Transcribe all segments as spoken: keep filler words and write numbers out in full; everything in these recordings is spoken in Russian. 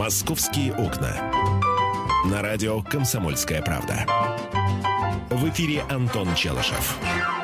«Московские окна». На радио «Комсомольская правда». В эфире Антон Челышев.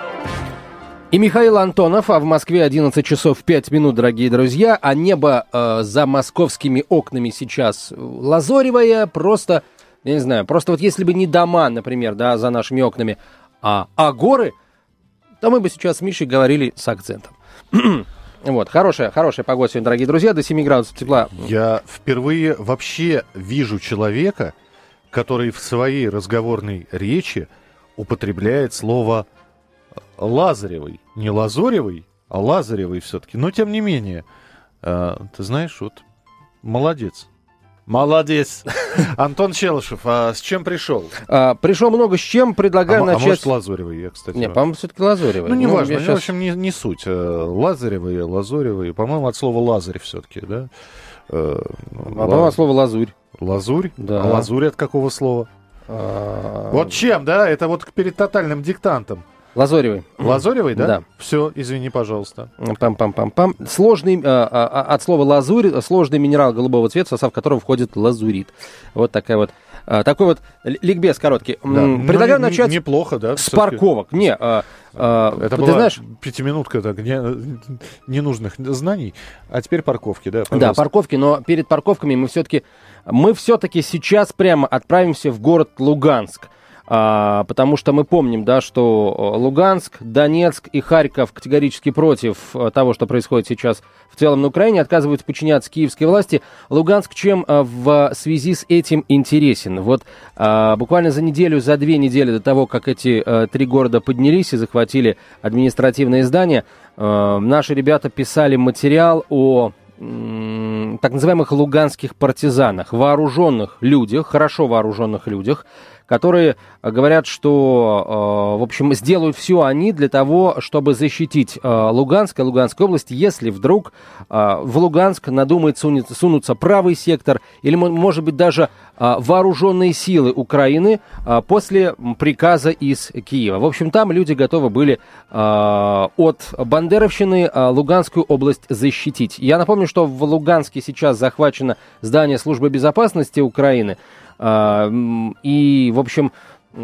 И Михаил Антонов, а в Москве одиннадцать часов пять минут, дорогие друзья, а небо э, за московскими окнами сейчас лазоревое, просто, я не знаю, просто вот если бы не дома, например, да, за нашими окнами, а, а горы, то мы бы сейчас с Мишей говорили с акцентом. Вот, хорошая, хорошая погода сегодня, дорогие друзья, до семи градусов тепла. Я впервые вообще вижу человека, который в своей разговорной речи употребляет слово «лазаревый». Не «лазоревый», а «лазаревый» все-таки. Но, тем не менее, э, ты знаешь, вот, молодец. Молодец. Антон Челышев, а с чем пришел? А, пришел много с чем, предлагаю а, начать... А может, лазоревый, я, кстати. Не, по-моему, все-таки лазоревый. Ну, неважно, ну, сейчас... сейчас... в общем, не, не суть. Лазаревый, лазоревый, по-моему, от слова «лазарь» все-таки, да? А, по-моему, от слова «лазурь». Лазурь? Да. А лазурь от какого слова? А... Вот чем, да? Это вот перед тотальным диктантом. Лазоревый. Лазоревый, да? Да. Все, извини, пожалуйста. Пам-пам-пам-пам. Сложный, а, а, от слова лазурь, сложный минерал голубого цвета, в состав которого входит лазурит. Вот такая вот, а, такой вот ликбез короткий. Да. Предлагаю ну, начать неплохо, да, с парковок. Не, а, а, это ты была знаешь... пятиминутка так, не, ненужных знаний, а теперь парковки, да, пожалуйста. Да, парковки, но перед парковками мы все-таки, мы все-таки сейчас прямо отправимся в город Луганск. А, потому что мы помним, да, что Луганск, Донецк и Харьков категорически против того, что происходит сейчас в целом на Украине, отказываются подчиняться киевской власти. Луганск чем а, в связи с этим интересен? Вот а, буквально за неделю, за две недели до того, как эти а, три города поднялись и захватили административные здания, а, наши ребята писали материал о м, так называемых луганских партизанах, вооруженных людях, хорошо вооруженных людях, которые говорят, что, в общем, сделают все они для того, чтобы защитить Луганск и Луганскую область, если вдруг в Луганск надумает сунуться правый сектор или, может быть, даже вооруженные силы Украины после приказа из Киева. В общем, там люди готовы были от бандеровщины Луганскую область защитить. Я напомню, что в Луганске сейчас захвачено здание службы безопасности Украины. И, в общем,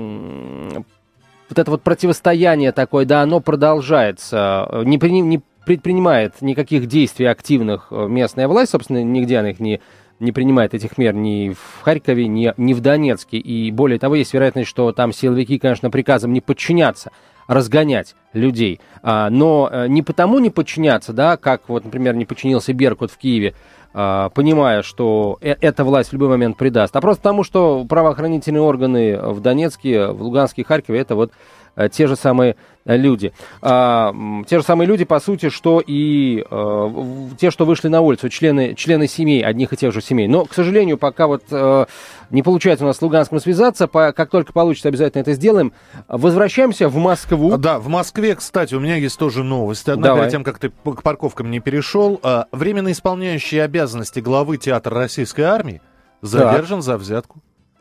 вот это вот противостояние такое, да, оно продолжается, не, при, не предпринимает никаких действий активных местная власть, собственно, нигде она их не, не принимает, этих мер, ни в Харькове, ни, ни в Донецке. И более того, есть вероятность, что там силовики, конечно, приказом не подчиняться, разгонять людей. Но не потому не подчиняться, да, как вот, например, не подчинился Беркут в Киеве, понимая, что эта власть в любой момент предаст, а просто потому, что правоохранительные органы в Донецке, в Луганске и Харькове — это вот те же самые люди. А, те же самые люди, по сути, что и а, те, что вышли на улицу, члены, члены семей, одних и тех же семей. Но, к сожалению, пока вот а, не получается у нас с Луганском связаться, по, как только получится, обязательно это сделаем. Возвращаемся в Москву. Да, в Москве, кстати, у меня есть тоже новость. Одна, Давай. Перед тем, как ты к парковкам не перешел, а, временно исполняющий обязанности главы театра Российской армии задержан так. за взятку.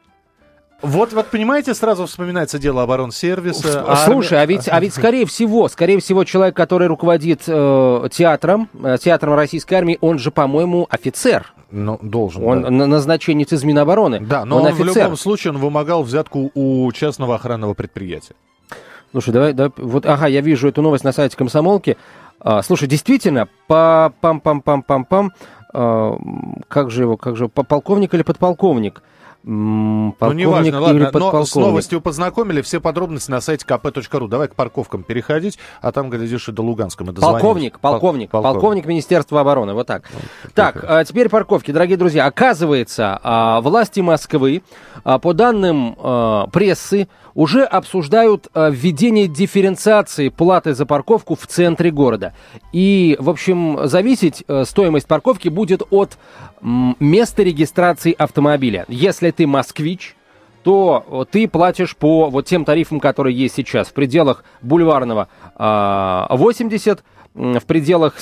Вот, вот, понимаете, сразу вспоминается дело оборонсервиса. Слушай, армия... а ведь, а ведь скорее всего, скорее всего, человек, который руководит э, театром, э, театром Российской армии, он же, по-моему, офицер. Ну, должен. Он да. на назначенец из Минобороны. Да, но он, он офицер. в любом случае он вымогал взятку у частного охранного предприятия. Слушай, давай, давай, вот, ага, я вижу эту новость на сайте Комсомолки. А, слушай, действительно, по пам-пам-пам-пам-пам, а, как же его, как же, полковник или подполковник? Ну, неважно, ладно, но с новостью познакомили, все подробности на сайте ка пэ точка ру. Давай к парковкам переходить, а там, глядишь, и до Луганска мы дозвонимся. Полковник, полковник, Пол- полковник, полковник Министерства обороны, вот так. Вот, так, а теперь парковки, дорогие друзья. Оказывается, власти Москвы, по данным прессы, уже обсуждают введение дифференциации платы за парковку в центре города. И, в общем, зависеть стоимость парковки будет от места регистрации автомобиля. Если ты москвич, то ты платишь по вот тем тарифам, которые есть сейчас. В пределах Бульварного восемьдесят, в пределах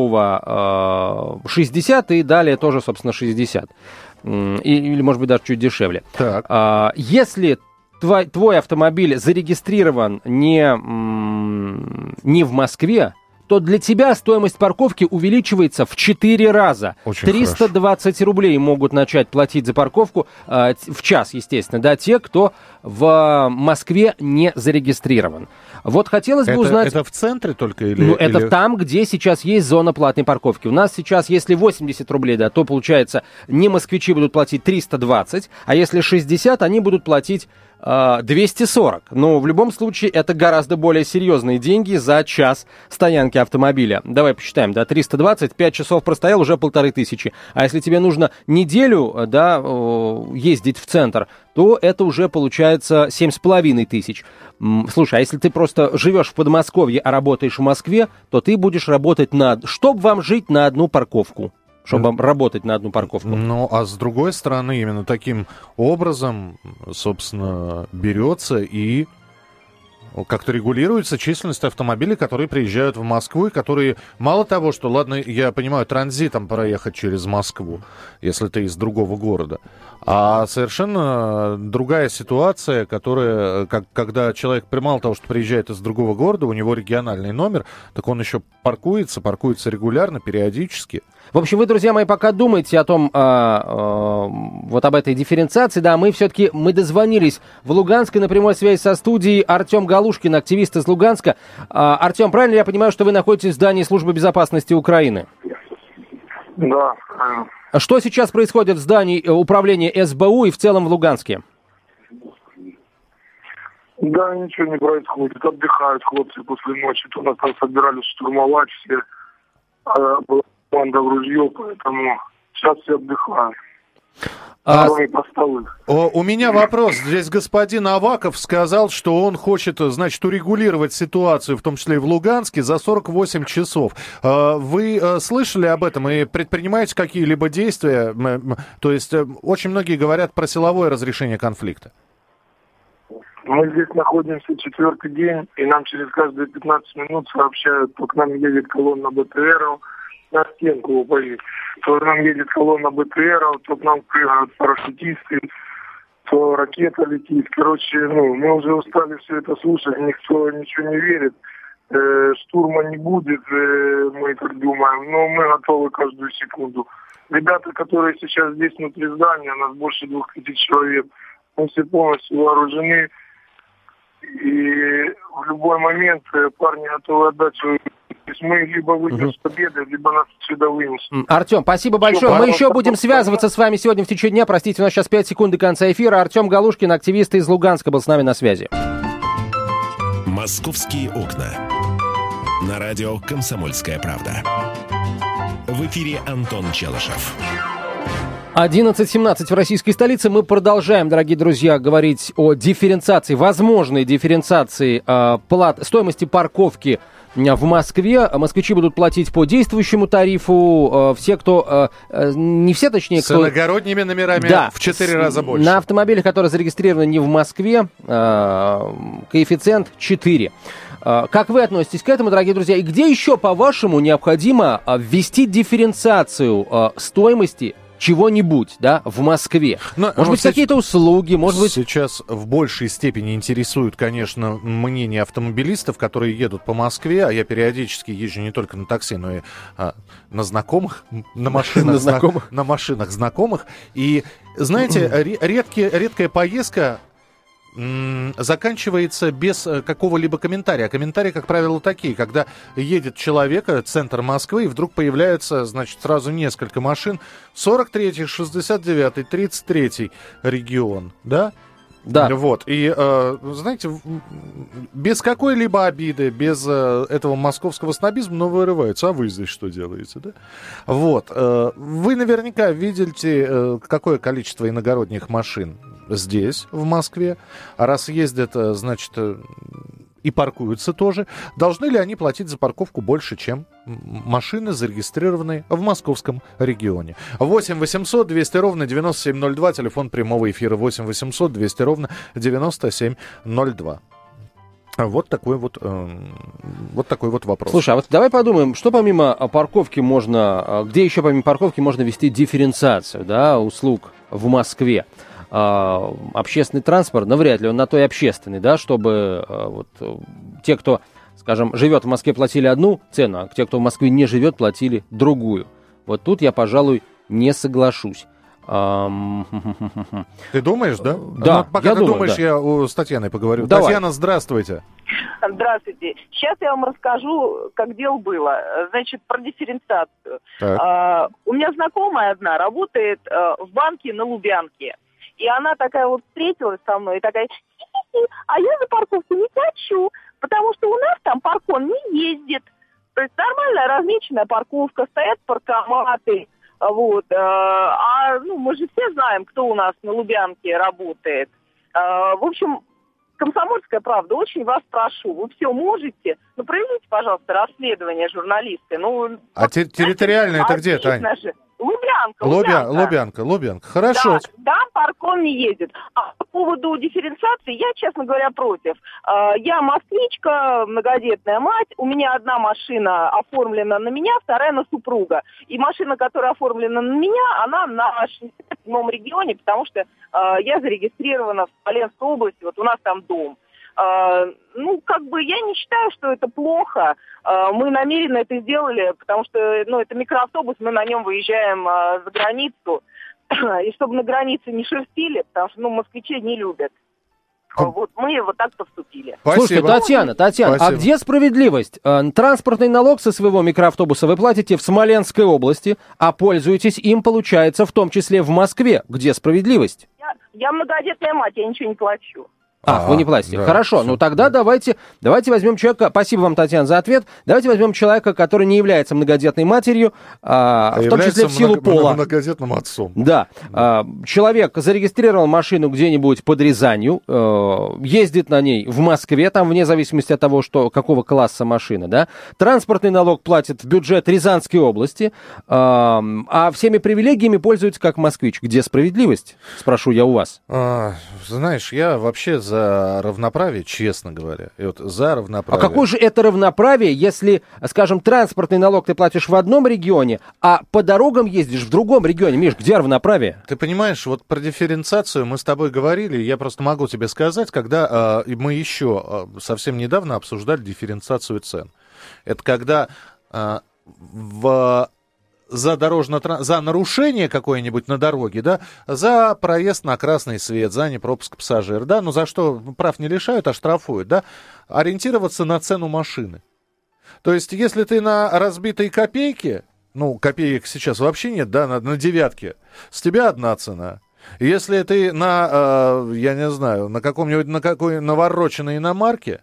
Садового шестьдесят и далее тоже, собственно, шестьдесят. Или, может быть, даже чуть дешевле. Так. Если твой, твой автомобиль зарегистрирован не, не в Москве, то для тебя стоимость парковки увеличивается в четыре раза. Очень триста двадцать хорошо. рублей могут начать платить за парковку э, в час, естественно, да, те, кто в Москве не зарегистрирован. Вот хотелось бы это, узнать... Это в центре только? Или, Ну, это или... там, где сейчас есть зона платной парковки. У нас сейчас, если восемьдесят рублей, да, то, получается, не москвичи будут платить триста двадцать, а если шестьдесят, они будут платить э, двести сорок. Но в любом случае это гораздо более серьезные деньги за час стоянки автомобиля. Давай посчитаем, да, триста двадцать, пять часов простоял, уже полторы тысячи. А если тебе нужно неделю, да, ездить в центр, то это уже получается семь с половиной тысяч. Слушай, а если ты просто живешь в Подмосковье, а работаешь в Москве, то ты будешь работать на... Чтоб вам жить на одну парковку. Чтобы mm. работать на одну парковку. Ну, а с другой стороны, именно таким образом, собственно, берется и как-то регулируется численность автомобилей, которые приезжают в Москву, и которые, мало того, что, ладно, я понимаю, транзитом проехать через Москву, если ты из другого города, а совершенно другая ситуация, которая, как, когда человек, мало того, что приезжает из другого города, у него региональный номер, так он еще паркуется, паркуется регулярно, периодически. В общем, вы, друзья мои, пока думаете о том, а, а, вот об этой дифференциации, да, мы все-таки, мы дозвонились в Луганск, и на прямой связи со студией Артем Галушкин, активист из Луганска. А, Артем, правильно ли я понимаю, что вы находитесь в здании Службы безопасности Украины? Да. Что сейчас происходит в здании управления эс бэ у и в целом в Луганске? Да, ничего не происходит. Отдыхают хлопцы после ночи. То нас там собирались штурмовать все. А была банда в ружье, поэтому сейчас все отдыхают. А, о, у меня вопрос. Здесь господин Аваков сказал, что он хочет, значит, урегулировать ситуацию, в том числе и в Луганске, за сорок восемь часов. Вы слышали об этом и предпринимаете какие-либо действия? То есть очень многие говорят про силовое разрешение конфликта. Мы здесь находимся четвертый день, и нам через каждые пятнадцать минут сообщают, что к нам едет колонна бэ тэ эров, на стенку упали. То к нам едет колонна бэ тэ эров, то к нам прыгают парашютисты, то ракета летит. Короче, ну, мы уже устали все это слушать, никто ничего не верит. Э, штурма не будет, э, мы так думаем, но мы готовы каждую секунду. Ребята, которые сейчас здесь внутри здания, нас больше двух тысяч человек, мы все полностью вооружены. И в любой момент парни готовы отдать свою... Мы либо выйдем с победой, либо нас сюда вынесут. Артем, спасибо большое. Все, мы еще будем связываться с вами сегодня в течение дня. Простите, у нас сейчас пять секунд до конца эфира. Артем Галушкин, активист из Луганска, был с нами на связи. «Московские окна». На радио «Комсомольская правда». В эфире Антон Челышев. одиннадцать семнадцать в российской столице. Мы продолжаем, дорогие друзья, говорить о дифференциации, возможной дифференциации э, плат, стоимости парковки в Москве. Москвичи будут платить по действующему тарифу. Э, все, кто... Э, не все, точнее, с кто... С иногородними номерами, да, в четыре раза больше. На автомобилях, которые зарегистрированы не в Москве, э, коэффициент четыре. Э, как вы относитесь к этому, дорогие друзья? И где еще, по-вашему, необходимо ввести дифференциацию э, стоимости чего-нибудь, да, в Москве? Но, может быть, какие-то услуги, может быть... Сейчас в большей степени интересует, конечно, мнение автомобилистов, которые едут по Москве, а я периодически езжу не только на такси, но и а, на знакомых, на машинах, знакомых. На машинах знакомых. И, знаете, редкие, редкая поездка заканчивается без какого-либо комментария. Комментарии, как правило, такие, когда едет человек, центр Москвы, и вдруг появляется, значит, сразу несколько машин. сорок третий, шестьдесят девятый, тридцать третий регион, да? Да. Вот, и, э, знаете, без какой-либо обиды, без э, этого московского снобизма, но вырываются. А вы здесь что делаете, да? Вот, э, вы наверняка видите, э, какое количество иногородних машин здесь, в Москве. А раз ездят, э, значит, э, и паркуются тоже, должны ли они платить за парковку больше, чем машины, зарегистрированные в московском регионе? восемь восемьсот двести ровно девяносто семь ноль два, телефон прямого эфира восемь восемьсот двести ровно девяносто семь ноль два. Вот такой вот, э, вот такой вот вопрос. Слушай, а вот давай подумаем, что помимо парковки можно, где еще помимо парковки можно вести дифференциацию, да, услуг в Москве? Общественный транспорт, навряд ли он на то и общественный, да, чтобы вот те, кто скажем, живет в Москве, платили одну цену, а те, кто в Москве не живет, платили другую. Вот тут я, пожалуй, не соглашусь. Ты думаешь, да? Да, ну, пока я ты думаю, думаешь, да. я с Татьяной поговорю. Давай. Татьяна, здравствуйте. Здравствуйте. Сейчас я вам расскажу, как дело было. Значит, про дифференциацию. А, у меня знакомая одна работает а, в банке на Лубянке. И она такая вот встретилась со мной и такая: а я за парковку не плачу, потому что у нас там паркон не ездит. То есть нормальная размеченная парковка, стоят паркоматы. Вот. А ну, мы же все знаем, кто у нас на Лубянке работает. А, в общем, «Комсомольская правда», очень вас прошу, вы все можете, ну, проведите, пожалуйста, расследование журналисты. Ну, а вот, те- территориально это где, Тань? Же. Лубянка, Лубя... Лубянка. Лубянка, Лубянка. Хорошо. Да, да, паркон не ездит. А по поводу дифференциации, я, честно говоря, против. Я москвичка, многодетная мать, у меня одна машина оформлена на меня, вторая на супруга. И машина, которая оформлена на меня, она на шестьдесят седьмом регионе, потому что я зарегистрирована в Смоленской области, вот у нас там дом. Uh, ну, как бы, я не считаю, что это плохо. Uh, мы намеренно это сделали, потому что, ну, это микроавтобус, мы на нем выезжаем uh, за границу. И чтобы на границе не шерстили, потому что, ну, москвичи не любят. Uh, вот мы вот так поступили. Спасибо. Слушайте, Татьяна, Татьяна, Спасибо. а где справедливость? Uh, транспортный налог со своего микроавтобуса вы платите в Смоленской области, а пользуетесь им, получается, в том числе в Москве. Где справедливость? Я, я многодетная мать, я ничего не плачу. А, А, вы не платите. да, Хорошо, всё. ну тогда давайте, давайте возьмем человека, спасибо вам, Татьяна, за ответ, давайте возьмем человека, который не является многодетной матерью, а, А в том числе в силу много- пола. многодетным отцом. Да, а, человек зарегистрировал машину где-нибудь под Рязанью, э, ездит на ней в Москве, там вне зависимости от того, что, какого класса машина, да, транспортный налог платит в бюджет Рязанской области, а, а всеми привилегиями пользуется как москвич. Где справедливость? Спрошу я у вас. А, знаешь, я вообще за равноправие, честно говоря. И вот за А равноправие. какое же это равноправие, если, скажем, транспортный налог ты платишь в одном регионе, а по дорогам ездишь в другом регионе? Миш, где равноправие? Ты понимаешь, вот про дифференциацию мы с тобой говорили, я просто могу тебе сказать, когда э, мы еще э, совсем недавно обсуждали дифференциацию цен. Это когда э, в... за дорожно за нарушение какое-нибудь на дороге, да, за проезд на красный свет, за непропуск пассажира, да, ну за что прав не лишают, а штрафуют, да, ориентироваться на цену машины. То есть, если ты на разбитой копейке, ну, копеек сейчас вообще нет, да, на, на девятке, с тебя одна цена. Если ты на, э, я не знаю, на каком-нибудь, на какой навороченной иномарке,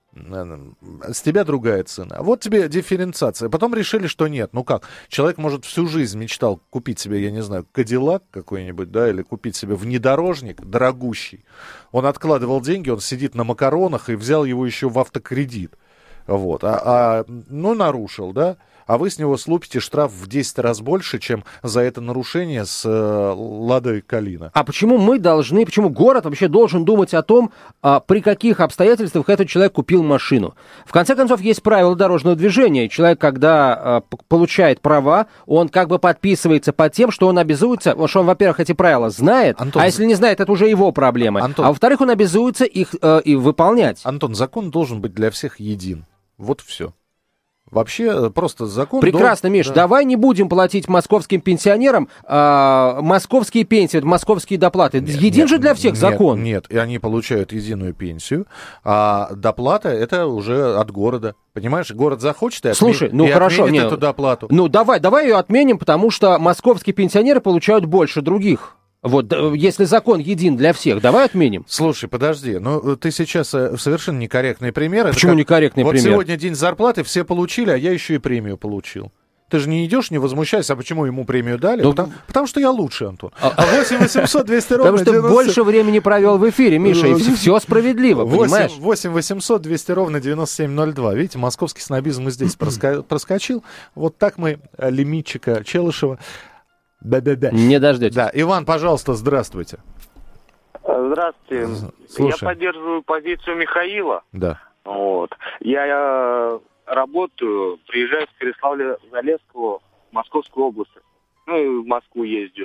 с тебя другая цена. Вот тебе дифференциация. Потом решили, что нет. Ну как? Человек, может, всю жизнь мечтал купить себе, я не знаю, Кадиллак какой-нибудь, да, или купить себе внедорожник дорогущий. Он откладывал деньги, он сидит на макаронах и взял его еще в автокредит. Вот. А, а, ну, нарушил, да? А вы с него слупите штраф в десять раз больше, чем за это нарушение с э, Ладой Калина. А почему мы должны, почему город вообще должен думать о том, а, при каких обстоятельствах этот человек купил машину? В конце концов, есть правила дорожного движения. И человек, когда а, п- получает права, он как бы подписывается под тем, что он обязуется, что он, во-первых, эти правила знает, Антон, а если не знает, это уже его проблемы. Антон, а во-вторых, он обязуется их э, и выполнять. Антон, закон должен быть для всех един. Вот все. Вообще, просто закон... Прекрасно, дол... Миш, да. давай не будем платить московским пенсионерам а, московские пенсии, московские доплаты. Нет, Един нет, же для всех нет, закон. Нет, и они получают единую пенсию, а доплата это уже от города. Понимаешь, город захочет и, отме... Слушай, ну и хорошо, отменит не, эту доплату. Ну давай, давай ее отменим, потому что московские пенсионеры получают больше других. Вот, если закон един для всех, давай отменим. Слушай, подожди, ну ты сейчас э, совершенно некорректный пример. Это Почему как... некорректный вот пример? Вот сегодня день зарплаты, все получили, а я еще и премию получил. Ты же не идешь, не возмущайся, а почему ему премию дали? Ну, потому, потому что я лучше, Антон. А, А восемь восемьсот двести ровно Потому что девяносто... больше времени провел в эфире, Миша, и все, все справедливо, понимаешь? восемь восемьсот двести ровно девяносто семь ноль два. Видите, московский снобизм и здесь проска... проскочил. Вот так мы лимитчика Челышева... Да-да-да. Не дождетесь. Да, Иван, пожалуйста, здравствуйте. Здравствуйте. Слушай. Я поддерживаю позицию Михаила. Да. Вот. Я, я работаю, приезжаю с Переславля-Залесского в Московскую область. Ну, и в Москву ездю.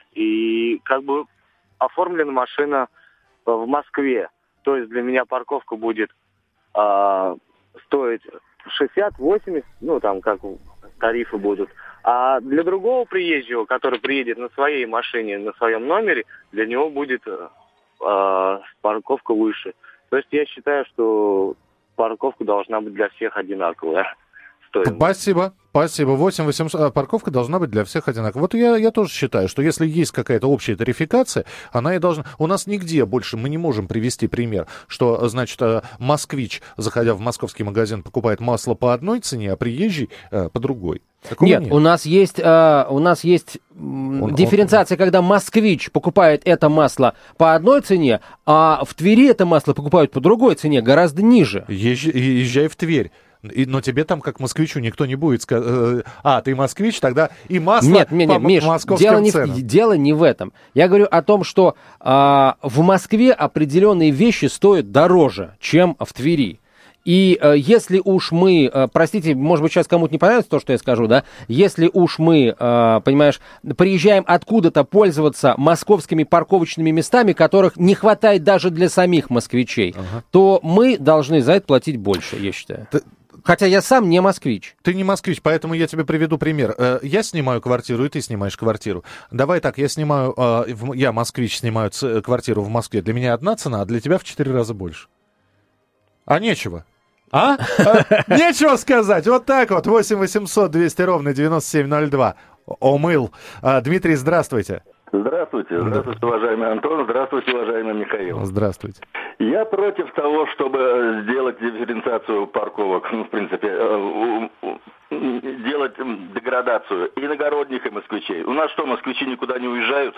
И как бы оформлена машина в Москве. То есть для меня парковка будет а, стоить шестьдесят-восемьдесят, ну, там, как тарифы будут. А для другого приезжего, который приедет на своей машине, на своем номере, для него будет э, парковка выше. То есть я считаю, что парковка должна быть для всех одинаковая. Стоимость. Спасибо. Спасибо. восемь восемьсот. Парковка должна быть для всех одинаковая. Вот я, я тоже считаю, что если есть какая-то общая тарификация, она и должна... У нас нигде больше мы не можем привести пример, что, значит, москвич, заходя в московский магазин, покупает масло по одной цене, а приезжий э, по другой. Такого нет, нет, у нас есть, э, у нас есть он, дифференциация, он... когда москвич покупает это масло по одной цене, а в Твери это масло покупают по другой цене, гораздо ниже. Езжай, езжай в Тверь. И, но тебе там, как москвичу, никто не будет сказать, э, а, ты москвич, тогда и масло нет, нет, по, нет, Миш, по московским дело не, ценам. В, дело не в этом. Я говорю о том, что э, в Москве определенные вещи стоят дороже, чем в Твери. И э, если уж мы, э, простите, может быть, сейчас кому-то не понравится то, что я скажу, да, если уж мы, э, понимаешь, приезжаем откуда-то пользоваться московскими парковочными местами, которых не хватает даже для самих москвичей, ага. то мы должны за это платить больше, я считаю. Ты... Хотя я сам не москвич. Ты не москвич, поэтому я тебе приведу пример. Я снимаю квартиру, и ты снимаешь квартиру. Давай так, я снимаю, я москвич, снимаю квартиру в Москве. Для меня одна цена, а для тебя в четыре раза больше. А нечего. А? Нечего сказать. Вот так вот. восемь восемьсот двести ровно девяносто семь ноль два. Омыл. Дмитрий, здравствуйте. Здравствуйте. Здравствуйте, уважаемый Антон. Здравствуйте, уважаемый Михаил. Здравствуйте. Я против того, чтобы сделать дифференциацию парковок, ну, в принципе, делать деградацию иногородних и москвичей. У нас что, москвичи никуда не уезжают?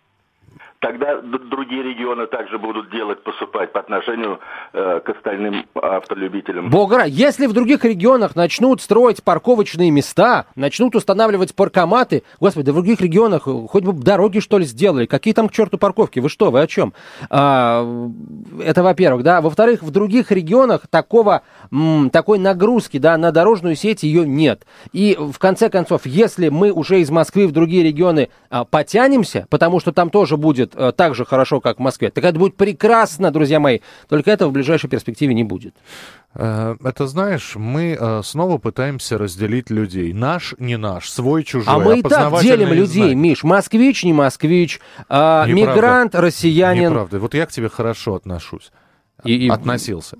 Тогда другие регионы также будут делать, поступать по отношению э, к остальным автолюбителям. Бога, если в других регионах начнут строить парковочные места, начнут устанавливать паркоматы, господи, да в других регионах хоть бы дороги, что ли, сделали. Какие там к черту парковки? Вы что, вы о чем? А, это во-первых, да. Во-вторых, в других регионах такого, м, такой нагрузки, да, на дорожную сеть ее нет. И в конце концов, если мы уже из Москвы в другие регионы а, потянемся, потому что там тоже будет так же хорошо, как в Москве. Так это будет прекрасно, друзья мои. Только этого в ближайшей перспективе не будет. Это, знаешь, мы снова пытаемся разделить людей. Наш, не наш, свой, чужой. А мы и так делим людей, знать. Миш. Москвич, не москвич, а, мигрант, россиянин. Неправда. Вот я к тебе хорошо отношусь. И, Относился.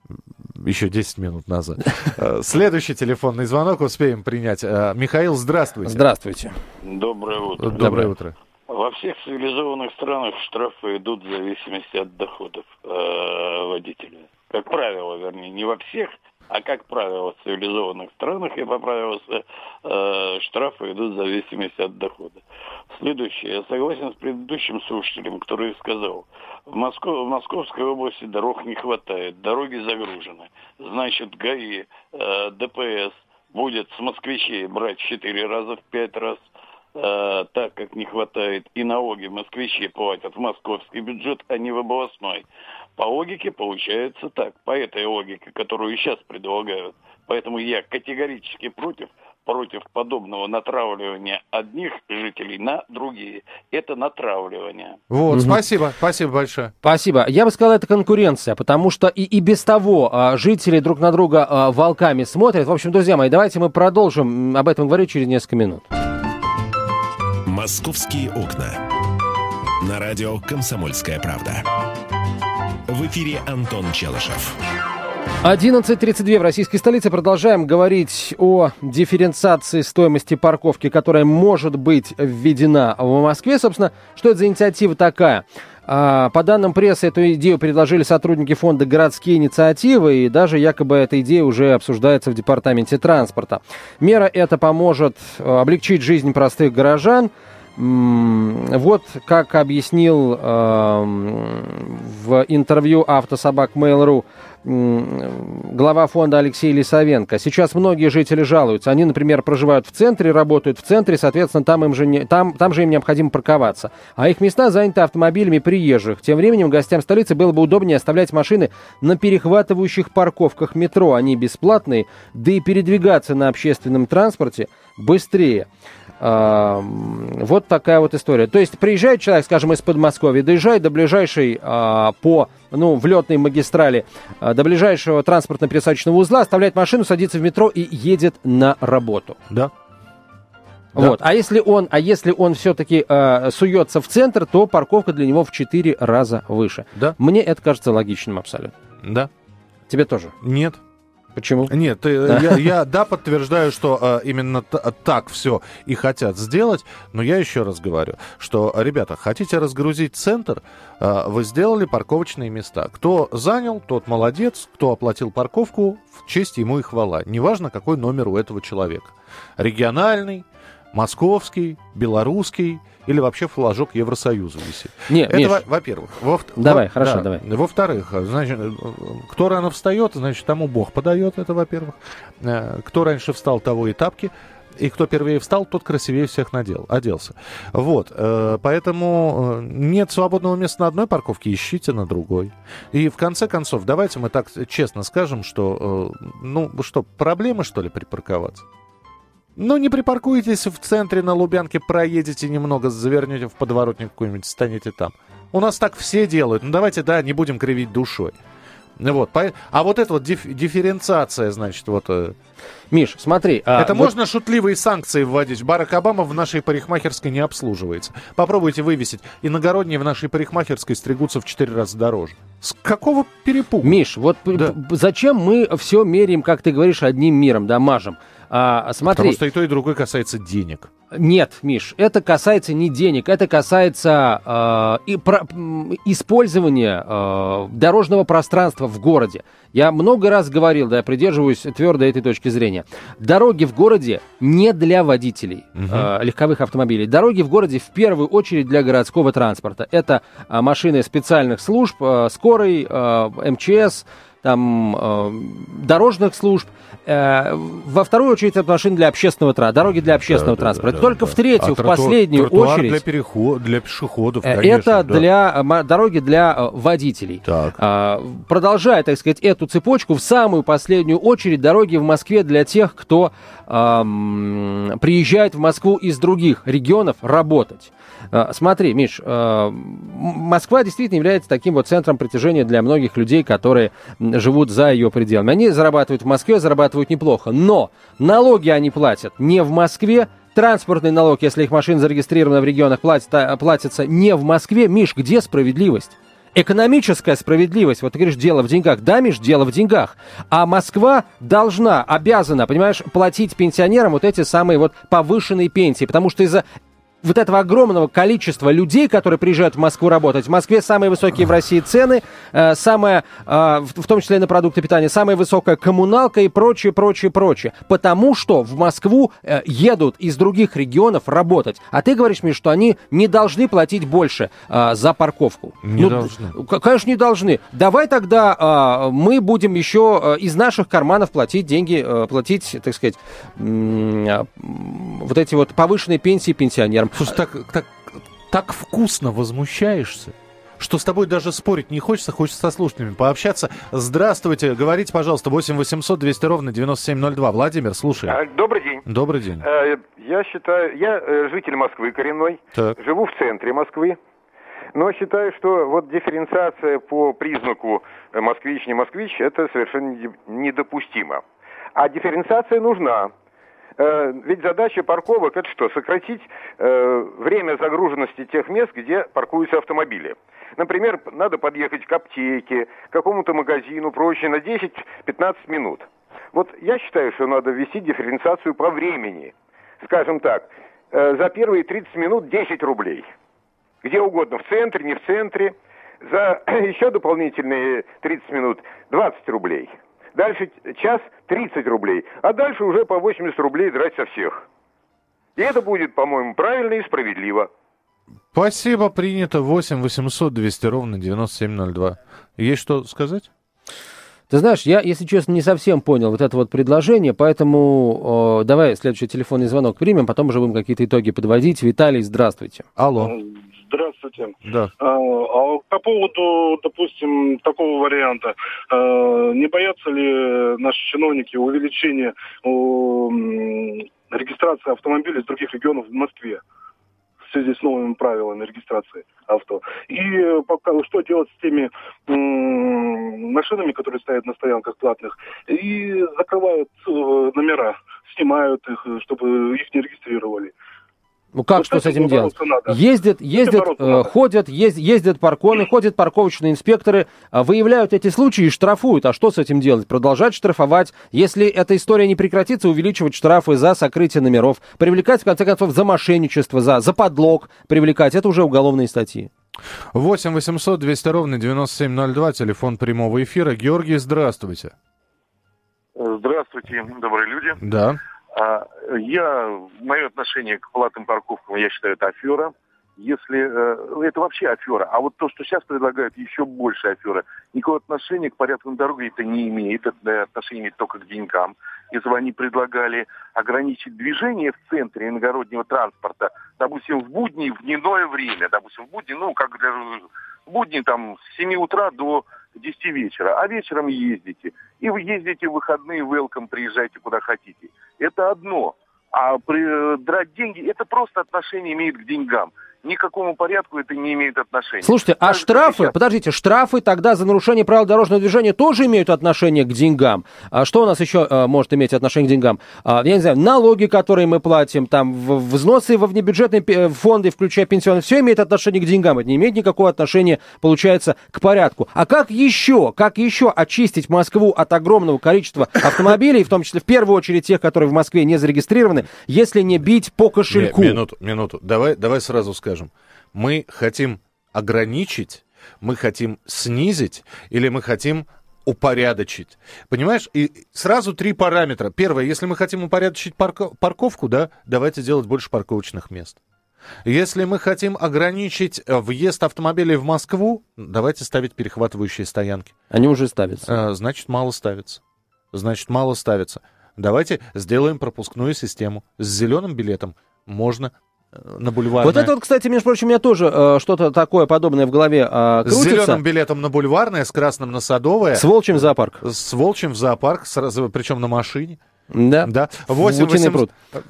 Еще десять минут назад. Следующий телефонный звонок успеем принять. Михаил, здравствуйте. Здравствуйте. Доброе утро. Доброе утро. Во всех цивилизованных странах штрафы идут в зависимости от доходов э, водителя. Как правило, вернее, не во всех, а как правило в цивилизованных странах, я поправился, э, штрафы идут в зависимости от дохода. Следующее. Я согласен с предыдущим слушателем, который сказал, в, Москов, в Московской области дорог не хватает, дороги загружены. Значит, ГАИ, э, ДПС будет с москвичей брать в четыре раза, в пять раз. Uh, так как не хватает, и налоги москвичи платят в московский бюджет, а не в областной. По логике получается так, по этой логике, которую сейчас предлагают. Поэтому я категорически против, против подобного натравливания одних жителей на другие. Это натравливание. Вот, угу. спасибо, спасибо большое. Спасибо. Я бы сказал, это конкуренция, потому что и, и без того а, жители друг на друга а, волками смотрят. В общем, друзья мои, давайте мы продолжим об этом говорить через несколько минут. «Московские окна». На радио «Комсомольская правда». В эфире Антон Челышев. одиннадцать тридцать два в российской столице. Продолжаем говорить о дифференциации стоимости парковки, которая может быть введена в Москве. Собственно, что это за инициатива такая? По данным прессы, эту идею предложили сотрудники фонда «Городские инициативы», и даже якобы эта идея уже обсуждается в департаменте транспорта. Мера эта поможет облегчить жизнь простых горожан. Вот как объяснил в интервью «Автособак Mail.ru» глава фонда Алексей Лисовенко. Сейчас многие жители жалуются. Они, например, проживают в центре, работают в центре, соответственно, там, им же, не, там, там же им необходимо парковаться. А их места заняты автомобилями приезжих. Тем временем гостям столицы было бы удобнее оставлять машины на перехватывающих парковках метро. Они бесплатные, да и передвигаться на общественном транспорте быстрее. Э, вот такая вот история. То есть приезжает человек, скажем, из Подмосковья, доезжает до ближайшей э, по, ну, влетной магистрали, э, до ближайшего транспортно-пересадочного узла, оставляет машину, садится в метро и едет на работу. Да. Вот. Да. А если он, а если он все-таки э, суется в центр, то парковка для него в четыре раза выше. Да. Мне это кажется логичным абсолютно. Да. Тебе тоже? Нет. Почему? Нет, ты, Да. я, я, да, подтверждаю, что а, именно т- так все и хотят сделать, но я еще раз говорю, что, ребята, хотите разгрузить центр, а, вы сделали парковочные места. Кто занял, тот молодец, кто оплатил парковку, в честь ему и хвала. Неважно, какой номер у этого человека. Региональный, московский, белорусский или вообще флажок Евросоюза висит. Нет, это, Миш, во- во-первых. Во- давай, во- хорошо, да. давай. Во-вторых, значит, кто рано встает, значит, тому Бог подает, это во-первых. Э, Кто раньше встал, того и тапки. И кто первее встал, тот красивее всех надел, оделся. Вот, э, поэтому э, нет свободного места на одной парковке, ищите на другой. И в конце концов, давайте мы так честно скажем, что, э, ну, что, проблемы, что ли, припарковаться? Ну, не припаркуйтесь в центре на Лубянке, проедете немного, завернете в подворотник какой-нибудь, станете там. У нас так все делают. Ну, давайте, да, не будем кривить душой. Вот. А вот эта вот диф- дифференциация, значит, вот... э, Миш, смотри. а, Это вот- можно шутливые санкции вводить. Барак Обама в нашей парикмахерской не обслуживается. Попробуйте вывесить. Иногородние в нашей парикмахерской стригутся в четыре раза дороже. С какого перепугу? Миш, вот п- Да. п- зачем мы все меряем, как ты говоришь, одним миром, да, мажем? А, смотри. Потому что и то, и другое касается денег. Нет, Миш, это касается не денег, это касается э, и про, м, использования э, дорожного пространства в городе. Я много раз говорил, да, я придерживаюсь твердо этой точки зрения. Дороги в городе не для водителей э, легковых автомобилей. Дороги в городе в первую очередь для городского транспорта. Это э, машины специальных служб, э, скорой, э, эм че эс, там, э, дорожных служб. Э, во вторую очередь это машины для общественного транспорта, дороги для общественного Да, да, транспорта. да, Только да. в третью, А в тротуар- последнюю тротуар очередь... для переход, для пешеходов, Э, конечно. Это да. для э, ма- дороги для э, водителей. Так. А, продолжая, так сказать, эту цепочку, в самую последнюю очередь дороги в Москве для тех, кто эм, приезжает в Москву из других регионов работать. Э, смотри, Миш, э, М- Москва действительно является таким вот центром притяжения для многих людей, которые м, живут за ее пределами. Они зарабатывают в Москве, зарабатывают неплохо, но налоги они платят не в Москве. Транспортный налог, если их машина зарегистрирована в регионах, платит, а, платится не в Москве. Миш, где справедливость? Экономическая справедливость. Вот ты говоришь, дело в деньгах. Да, Миш, дело в деньгах. А Москва должна, обязана, понимаешь, платить пенсионерам вот эти самые вот повышенные пенсии. Потому что из-за вот этого огромного количества людей, которые приезжают в Москву работать. В Москве самые высокие в России цены, э, самая, э, в, в том числе на продукты питания, самая высокая коммуналка и прочее, прочее, прочее. Потому что в Москву э, едут из других регионов работать. А ты говоришь мне, что они не должны платить больше э, за парковку. Не должны. к- Конечно, не должны. Давай тогда э, мы будем еще э, из наших карманов платить деньги, э, платить, так сказать, м, э, м, вот эти вот повышенные пенсии пенсионерам. Слушай, так, так, так вкусно возмущаешься, что с тобой даже спорить не хочется, хочется со слушателями пообщаться. Здравствуйте, говорите, пожалуйста, восемь восемьсот двести ровно девяносто семь ноль два. Владимир, слушаем. А, Добрый день. Добрый день. Э, Я считаю, я э, житель Москвы коренной, Так. живу в центре Москвы, но считаю, что вот дифференциация по признаку э, москвич, не москвич, это совершенно не- недопустимо. А дифференциация нужна. Э, Ведь задача парковок это что? Сократить э, время загруженности тех мест, где паркуются автомобили. Например, надо подъехать к аптеке, к какому-то магазину, прочее, на десять-пятнадцать минут. Вот я считаю, что надо ввести дифференциацию по времени. Скажем так, э, за первые тридцать минут десять рублей. Где угодно, в центре, не в центре. За еще дополнительные тридцать минут двадцать рублей. Дальше час тридцать рублей. А дальше уже по восемьдесят рублей драть со всех. И это будет, по-моему, правильно и справедливо. Спасибо, принято. восемь восемьсот двести ровно девяносто семь ноль два. Есть что сказать? Ты знаешь, я, если честно, не совсем понял вот это вот предложение, поэтому э, давай следующий телефонный звонок примем, потом уже будем какие-то итоги подводить. Виталий, здравствуйте. Алло. Здравствуйте. Да. А, а по поводу, допустим, такого варианта, а, не боятся ли наши чиновники увеличения у, м, регистрация автомобилей из других регионов в Москве в связи с новыми правилами регистрации авто. И пока, что делать с теми м- машинами, которые стоят на стоянках платных, и закрывают э, номера, снимают их, чтобы их не регистрировали. Ну как, вот что с этим делать? Надо. Ездят, ездят, э, ходят, ез, ездят парконы, ходят парковочные инспекторы, э, выявляют эти случаи и штрафуют. А что с этим делать? Продолжать штрафовать. Если эта история не прекратится, увеличивать штрафы за сокрытие номеров, привлекать, в конце концов, за мошенничество, за, за подлог привлекать. Это уже уголовные статьи. восемь восемьсот двести ровно девяносто семь ноль два, телефон прямого эфира. Георгий, здравствуйте. Здравствуйте, добрые люди. Да. Я, мое отношение к платным парковкам, я считаю, это афера. Если это вообще афера, а вот то, что сейчас предлагают, еще больше афера. Никакого отношения к порядку на дороге это не имеет, это отношение имеет только к деньгам. Если бы они предлагали ограничить движение в центре иногороднего транспорта, допустим, в будни, в дневное время, допустим, в будни, ну, как для в будни там с семи утра до десяти вечера, а вечером ездите. И вы ездите в выходные, welcome, приезжайте куда хотите. Это одно. А при, драть деньги, это просто отношение имеет к деньгам. Ни к какому порядку это не имеет отношения. Слушайте, а Даже штрафы, сейчас... подождите, штрафы тогда за нарушение правил дорожного движения тоже имеют отношение к деньгам? А что у нас еще а, может иметь отношение к деньгам? А, я не знаю, налоги, которые мы платим, там, взносы во внебюджетные фонды, включая пенсионные, все имеет отношение к деньгам, это не имеет никакого отношения, получается, к порядку. А как еще, как еще очистить Москву от огромного количества автомобилей, в том числе, в первую очередь, тех, которые в Москве не зарегистрированы, если не бить по кошельку? Минуту, минуту, давай, давай сразу скажем. Мы хотим ограничить, мы хотим снизить или мы хотим упорядочить? Понимаешь? И сразу три параметра. Первое, если мы хотим упорядочить парко- парковку, да, давайте делать больше парковочных мест. Если мы хотим ограничить въезд автомобилей в Москву, давайте ставить перехватывающие стоянки. Они уже ставятся. А, значит, мало ставится. Значит, мало ставится. Давайте сделаем пропускную систему. С зеленым билетом можно на Бульварное. Вот это вот, кстати, между прочим, у меня тоже э, что-то такое подобное в голове э, крутится. С зеленым билетом на Бульварное, с красным на Садовое. С волчьим в зоопарк. С волчьим в зоопарк, сразу, причем на машине. Да, да. восемь восемьсот...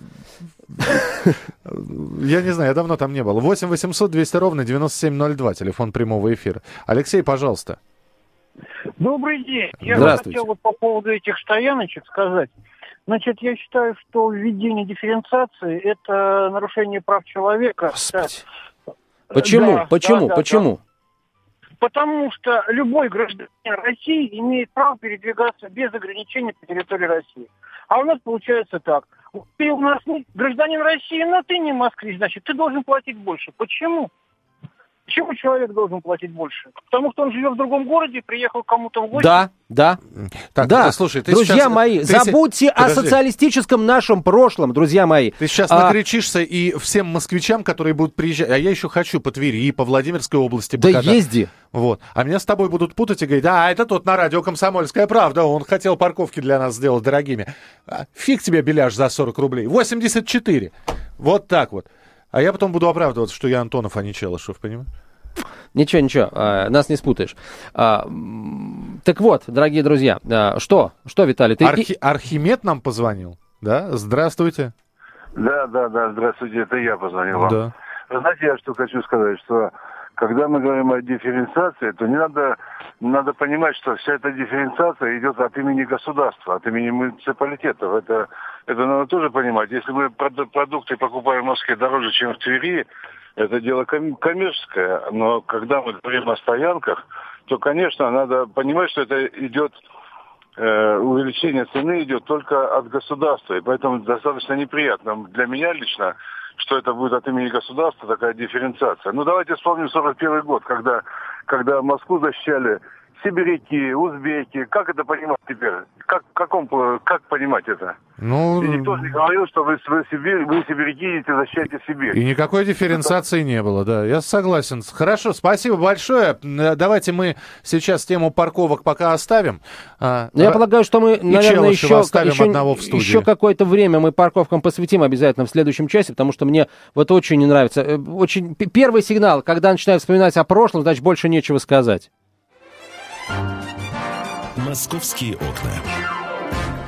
Я не знаю, я давно там не был. восемь восемьсот двести ровно девяносто семь ноль два, телефон прямого эфира. Алексей, пожалуйста. Добрый день. Я хотел бы по поводу этих стояночек сказать. Значит, я считаю, что введение дифференциации – это нарушение прав человека. Господи. Почему? Да, Почему? Да, Почему? Да. Потому что любой гражданин России имеет право передвигаться без ограничений по территории России. А у нас получается так. Ты у нас не гражданин России, но ты не москвич, значит, ты должен платить больше. Почему? Почему человек должен платить больше? Потому что он живет в другом городе, приехал кому-то в гости. Да, да. Так, да. Слушай, ты друзья сейчас... мои, ты забудьте си... о социалистическом нашем прошлом, друзья мои. Ты сейчас а... накричишься и всем москвичам, которые будут приезжать, а я еще хочу по Твери, по Владимирской области. Да покататься. езди. Вот. А меня с тобой будут путать и говорить, а, это тот на радио «Комсомольская правда», он хотел парковки для нас сделать дорогими. А, фиг тебе беляш за сорок рублей. восемьдесят четыре. Вот так вот. А я потом буду оправдываться, что я Антонов, а не Челышев, понимаешь? Ничего, ничего, а, нас не спутаешь. А, так вот, дорогие друзья, а, что? Что, Виталий? Ты... Архи... Архимед нам позвонил, да? Здравствуйте. Да, да, да, здравствуйте, это я позвонил вам. Да. Вы знаете, я что хочу сказать, что когда мы говорим о дифференциации, то не надо, надо понимать, что вся эта дифференциация идет от имени государства, от имени муниципалитетов. Это, это надо тоже понимать. Если мы продукты покупаем в Москве дороже, чем в Твери, это дело коммерческое, но когда мы говорим о стоянках, то, конечно, надо понимать, что это идет, э, увеличение цены идет только от государства, и поэтому достаточно неприятно для меня лично, что это будет от имени государства такая дифференциация. Ну, давайте вспомним сорок первый год, когда, когда Москву защищали сибиряки, узбеки. Как это понимать теперь? Как, каком, как понимать это? Ну... И никто же не говорил, что вы, вы, Сибирь, вы сибиряки идете защищаете Сибирь. И никакой дифференциации это... не было, да. Я согласен. Хорошо, спасибо большое. Давайте мы сейчас тему парковок пока оставим. А, я Р... полагаю, что мы, наверное, еще, еще, одного в студии. еще какое-то время мы парковкам посвятим обязательно в следующем часе, потому что мне вот очень не нравится. Очень... Первый сигнал, когда начинаю вспоминать о прошлом, значит, больше нечего сказать. «Московские окна».